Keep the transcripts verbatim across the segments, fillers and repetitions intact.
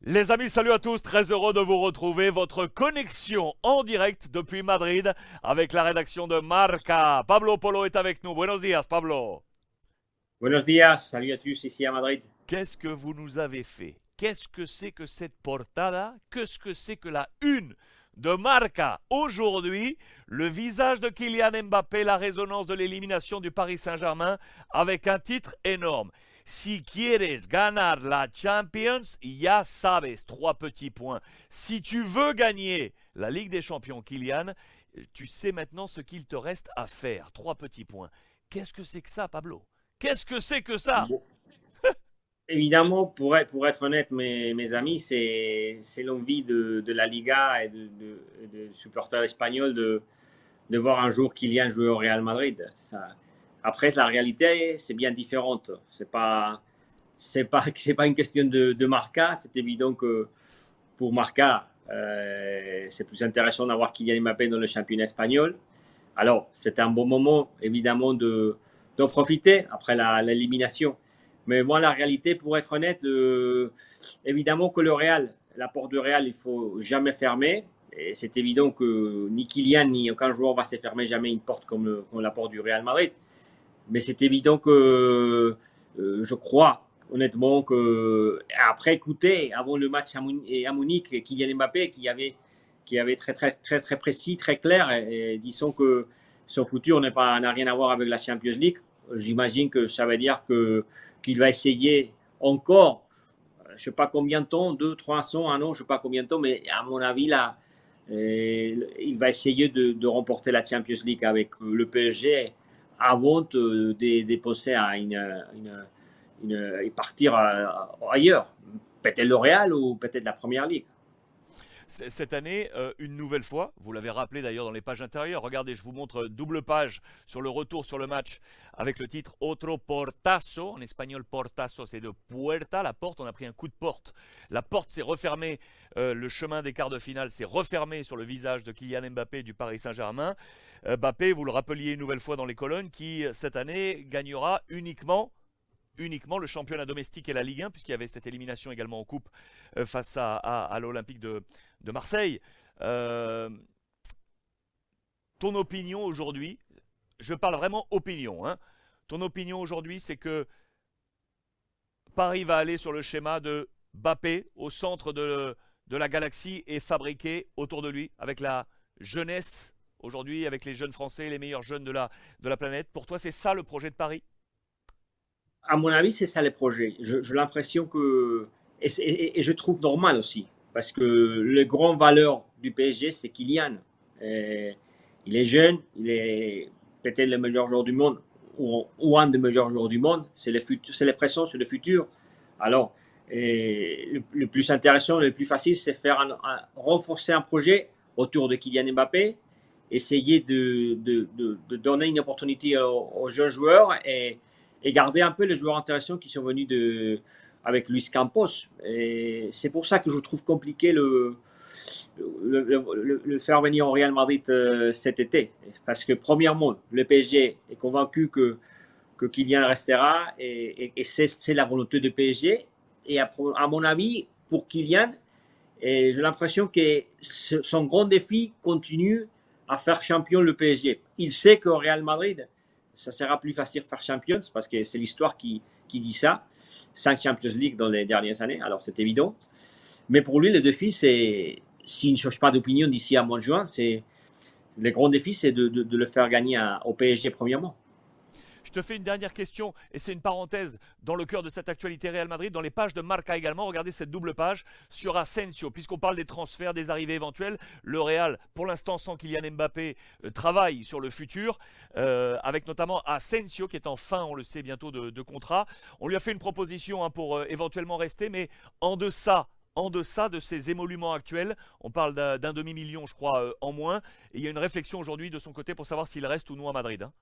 Les amis, salut à tous, très heureux de vous retrouver. Votre connexion en direct depuis Madrid avec la rédaction de Marca. Pablo Polo est avec nous. Buenos días, Pablo. Buenos días, salut à tous ici à Madrid. Qu'est-ce que vous nous avez fait? Qu'est-ce que c'est que cette portada? Qu'est-ce que c'est que la une de Marca aujourd'hui? Le visage de Kylian Mbappé, la résonance de l'élimination du Paris Saint-Germain avec un titre énorme. Si quieres ganar la Champions, ya sabes, trois petits points. Si tu veux gagner la Ligue des Champions, Kylian, tu sais maintenant ce qu'il te reste à faire. Trois petits points. Qu'est-ce que c'est que ça, Pablo? Qu'est-ce que c'est que ça? Bon, évidemment, pour être, pour être honnête, mes, mes amis, c'est, c'est l'envie de, de la Liga et de, de, de supporters espagnols de, de voir un jour Kylian jouer au Real Madrid. Ça, après, la réalité, c'est bien différente. C'est pas, c'est pas, c'est pas une question de, de Marca. C'est évident que pour Marca, euh, c'est plus intéressant d'avoir Kylian Mbappé dans le championnat espagnol. Alors, c'est un bon moment, évidemment, de, d'en profiter après la, l'élimination. Mais moi, la réalité, pour être honnête, euh, évidemment que le Real, la porte du Real, il ne faut jamais fermer. Et c'est évident que ni Kylian, ni aucun joueur va se fermer jamais une porte comme, le, comme la porte du Real Madrid. Mais c'est évident que euh, je crois, honnêtement, que après écouter, avant le match à Munich, Kylian Mbappé, qui avait qui avait très, très, très, très précis, très clair, et, et disons que son futur n'a, pas, n'a rien à voir avec la Champions League. J'imagine que ça veut dire que, qu'il va essayer encore, je ne sais pas combien de temps, deux, trois cents, un an, je ne sais pas combien de temps, mais à mon avis, là, euh, il va essayer de, de remporter la Champions League avec le P S G avant de, de, de passer à une, une, une, une partir ailleurs. Peut-être le Real ou peut-être la Première Ligue. Cette année, euh, une nouvelle fois, vous l'avez rappelé d'ailleurs dans les pages intérieures, regardez, je vous montre double page sur le retour sur le match avec le titre Otro Portazo, en espagnol Portazo c'est de puerta, la porte, on a pris un coup de porte, la porte s'est refermée, euh, le chemin des quarts de finale s'est refermé sur le visage de Kylian Mbappé du Paris Saint-Germain. Euh, Mbappé, vous le rappeliez une nouvelle fois dans les colonnes, qui cette année gagnera uniquement uniquement le championnat domestique et la Ligue un, puisqu'il y avait cette élimination également en coupe euh, face à, à, à l'Olympique de, de Marseille. Euh, ton opinion aujourd'hui, je parle vraiment opinion, hein, ton opinion aujourd'hui, c'est que Paris va aller sur le schéma de Mbappé au centre de, de la galaxie et fabriquer autour de lui avec la jeunesse aujourd'hui, avec les jeunes Français, les meilleurs jeunes de la, de la planète. Pour toi, c'est ça le projet de Paris? À mon avis, c'est ça les projets. Je- J'ai l'impression que. Et, et- et je trouve normal aussi. Parce que le grand valeur du P S G, c'est Kylian. Et il est jeune, il est peut-être le meilleur joueur du monde, ou, ou un des meilleurs joueurs du monde. C'est le futur, c'est les pressions sur le futur. Alors, et le, le plus intéressant, le plus facile, c'est faire un, un- renforcer un projet autour de Kylian Mbappé, essayer de, de, de, de donner une opportunité aux, aux jeunes joueurs et et garder un peu les joueurs intéressants qui sont venus de, avec Luis Campos. Et c'est pour ça que je trouve compliqué le, le, le, le faire venir au Real Madrid euh, cet été. Parce que, premièrement, le P S G est convaincu que, que Kylian restera et, et, et c'est, c'est la volonté du P S G. Et à, à mon avis, pour Kylian, et j'ai l'impression que son grand défi continue à faire champion le P S G. Il sait qu'au Real Madrid, ça sera plus facile de faire champion parce que c'est l'histoire qui, qui dit ça. Cinq Champions League dans les dernières années, alors c'est évident. Mais pour lui, le défi, c'est, s'il ne change pas d'opinion d'ici à mois de juin, c'est, le grand défi, c'est de, de, de le faire gagner à, au P S G premièrement. Je te fais une dernière question, et c'est une parenthèse dans le cœur de cette actualité Real Madrid, dans les pages de Marca également. Regardez cette double page sur Asensio, puisqu'on parle des transferts, des arrivées éventuelles. Le Real, pour l'instant sans Kylian Mbappé, euh, travaille sur le futur, euh, avec notamment Asensio qui est en fin, on le sait, bientôt de, de contrat. On lui a fait une proposition hein, pour euh, éventuellement rester, mais en deçà en deçà de ses émoluments actuels. On parle d'un, d'un demi-million, je crois, euh, en moins. Et il y a une réflexion aujourd'hui de son côté pour savoir s'il reste ou non à Madrid. Hein.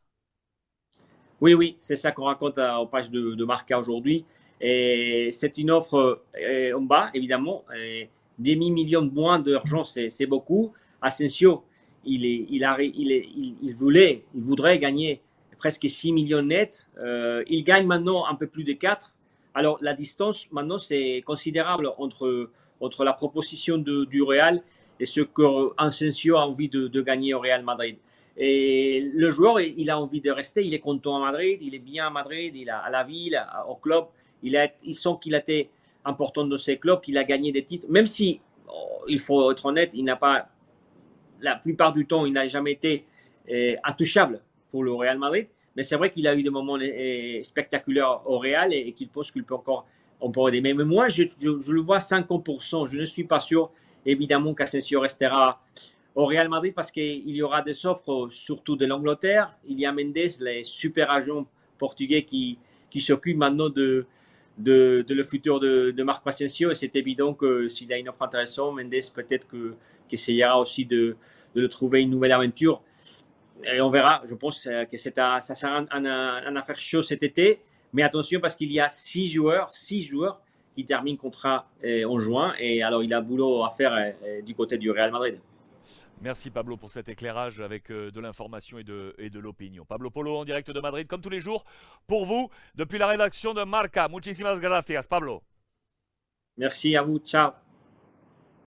Oui, oui, c'est ça qu'on raconte à, aux pages de, de Marca aujourd'hui. Et c'est une offre euh, en bas, évidemment. Et demi-million de moins d'argent, c'est, c'est beaucoup. Asensio, il, est, il, a, il, est, il, il voulait, il voudrait gagner presque six millions net. Euh, il gagne maintenant un peu plus de quatre. Alors, la distance, maintenant, c'est considérable entre, entre la proposition de, du Real et ce qu'Asensio a envie de, de gagner au Real Madrid. Et le joueur, il a envie de rester, il est content à Madrid, il est bien à Madrid, il a à la ville, au club. Il, a, il sent qu'il a été important dans ses clubs, qu'il a gagné des titres, même si, oh, il faut être honnête, il n'a pas, la plupart du temps, il n'a jamais été euh, intouchable pour le Real Madrid. Mais c'est vrai qu'il a eu des moments euh, spectaculaires au Real et, et qu'il pense qu'il peut encore emporter. Mais, mais moi, je, je, je, le vois cinquante pour cent. Je ne suis pas sûr, évidemment, qu'Asensio restera au Real Madrid parce qu'il y aura des offres, surtout de l'Angleterre. Il y a Mendes, les super agents portugais qui, qui s'occupent maintenant de, de, de le futur de, de Marc Asensio. Et c'est évident que s'il a une offre intéressante, Mendes peut-être que, qu'essayera aussi de, de le trouver une nouvelle aventure. Et on verra. Je pense que c'est à, ça sera un, un, un affaire chaud cet été. Mais attention parce qu'il y a six joueurs, six joueurs qui terminent contrat en juin. Et alors, il a boulot à faire du côté du Real Madrid. Merci Pablo pour cet éclairage avec euh, de l'information et de, et de l'opinion. Pablo Polo en direct de Madrid, comme tous les jours, pour vous, depuis la rédaction de Marca. Muchísimas gracias, Pablo. Merci à vous. Ciao.